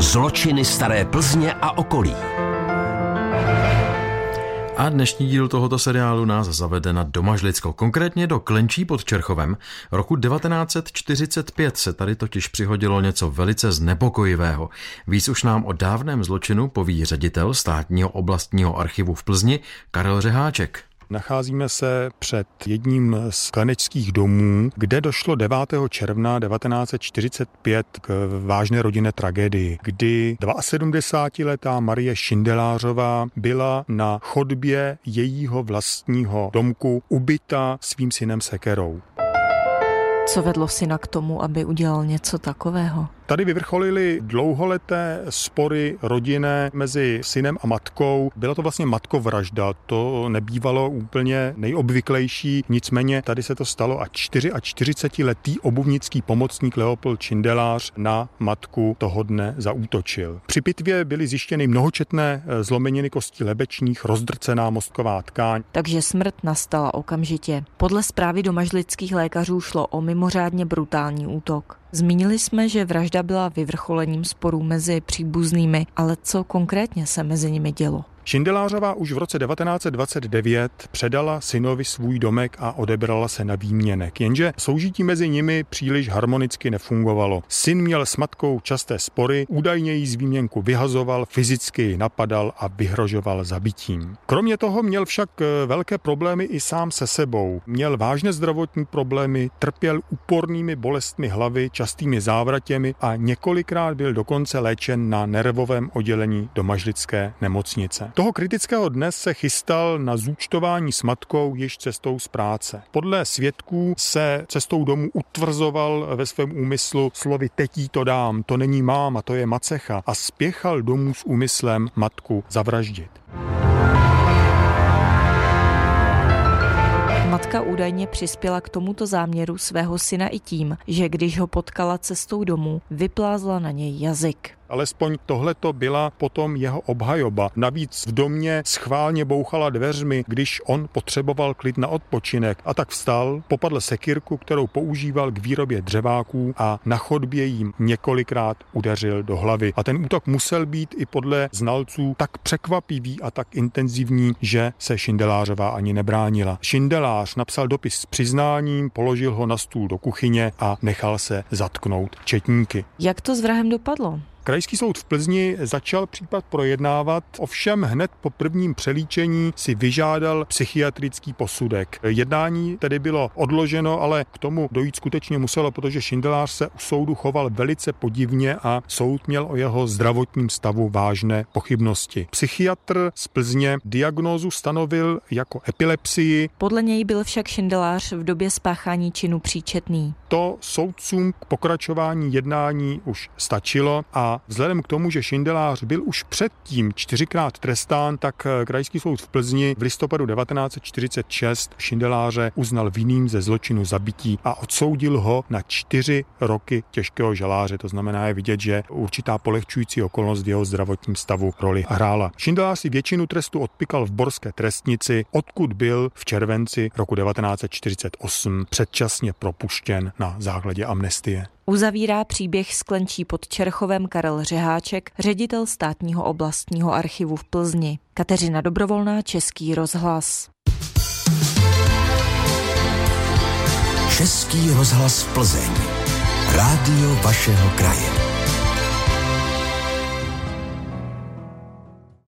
Zločiny staré Plzně a okolí. A dnešní díl tohoto seriálu nás zavede na Domažlicko, konkrétně do Klenčí pod Čerchovem. Roku 1945 se tady totiž přihodilo něco velice znepokojivého. Víc už nám o dávném zločinu poví ředitel Státního oblastního archivu v Plzni Karel Řeháček. Nacházíme se před jedním z klenečských domů, kde došlo 9. června 1945 k vážné rodinné tragédii, kdy 72letá Marie Šindelářová byla na chodbě jejího vlastního domku ubita svým synem sekerou. Co vedlo syna k tomu, aby udělal něco takového? Tady vyvrcholily dlouholeté spory rodinné mezi synem a matkou. Byla to vlastně matkovražda, to nebývalo úplně nejobvyklejší, nicméně tady se to stalo a 44letý obuvnický pomocník Leopold Šindelář na matku toho dne zaútočil. Při pitvě byly zjištěny mnohočetné zlomeniny kostí lebečních, rozdrcená mozková tkáň. Takže smrt nastala okamžitě. Podle zprávy domažlických lékařů šlo o mimořádně brutální útok. Zmínili jsme, že vražda byla vyvrcholením sporů mezi příbuznými, ale co konkrétně se mezi nimi dělo? Šindelářová už v roce 1929 předala synovi svůj domek a odebrala se na výměnek, jenže soužití mezi nimi příliš harmonicky nefungovalo. Syn měl s matkou časté spory, údajně jí z výměnku vyhazoval, fyzicky ji napadal a vyhrožoval zabitím. Kromě toho měl však velké problémy i sám se sebou. Měl vážné zdravotní problémy, trpěl úpornými bolestmi hlavy, častými závratěmi a několikrát byl dokonce léčen na nervovém oddělení domažlické nemocnice. Toho kritického dne se chystal na zúčtování s matkou již cestou z práce. Podle svědků se cestou domů utvrzoval ve svém úmyslu slovy teď jí to dám, to není máma, to je macecha a spěchal domů s úmyslem matku zavraždit. Matka údajně přispěla k tomuto záměru svého syna i tím, že když ho potkala cestou domů, vyplázla na něj jazyk. Alespoň tohleto byla potom jeho obhajoba. Navíc v domě schválně bouchala dveřmi, když on potřeboval klid na odpočinek. A tak vstal, popadl sekyrku, kterou používal k výrobě dřeváků a na chodbě jim několikrát udeřil do hlavy. A ten útok musel být i podle znalců tak překvapivý a tak intenzivní, že se Šindelářová ani nebránila. Šindelář napsal dopis s přiznáním, položil ho na stůl do kuchyně a nechal se zatknout četníky. Jak to s vrahem dopadlo? Krajský soud v Plzni začal případ projednávat, ovšem hned po prvním přelíčení si vyžádal psychiatrický posudek. Jednání tedy bylo odloženo, ale k tomu dojít skutečně muselo, protože Šindelář se u soudu choval velice podivně a soud měl o jeho zdravotním stavu vážné pochybnosti. Psychiatr z Plzně diagnózu stanovil jako epilepsii. Podle něj byl však Šindelář v době spáchání činu příčetný. To soudcům k pokračování jednání už stačilo a vzhledem k tomu, že Šindelář byl už předtím 4krát trestán, tak Krajský soud v Plzni v listopadu 1946 Šindeláře uznal vinným ze zločinu zabití a odsoudil ho na 4 roky těžkého žaláře. To znamená je vidět, že určitá polehčující okolnost v jeho zdravotním stavu roli hrála. Šindelář si většinu trestu odpykal v Borské trestnici, odkud byl v červenci roku 1948 předčasně propuštěn na základě amnestie. Uzavírá příběh z Klenčí pod Čerchovem Karel Řeháček, ředitel Státního oblastního archivu v Plzni. Kateřina Dobrovolná, Český rozhlas. Český rozhlas Plzeň. Rádio vašeho kraje.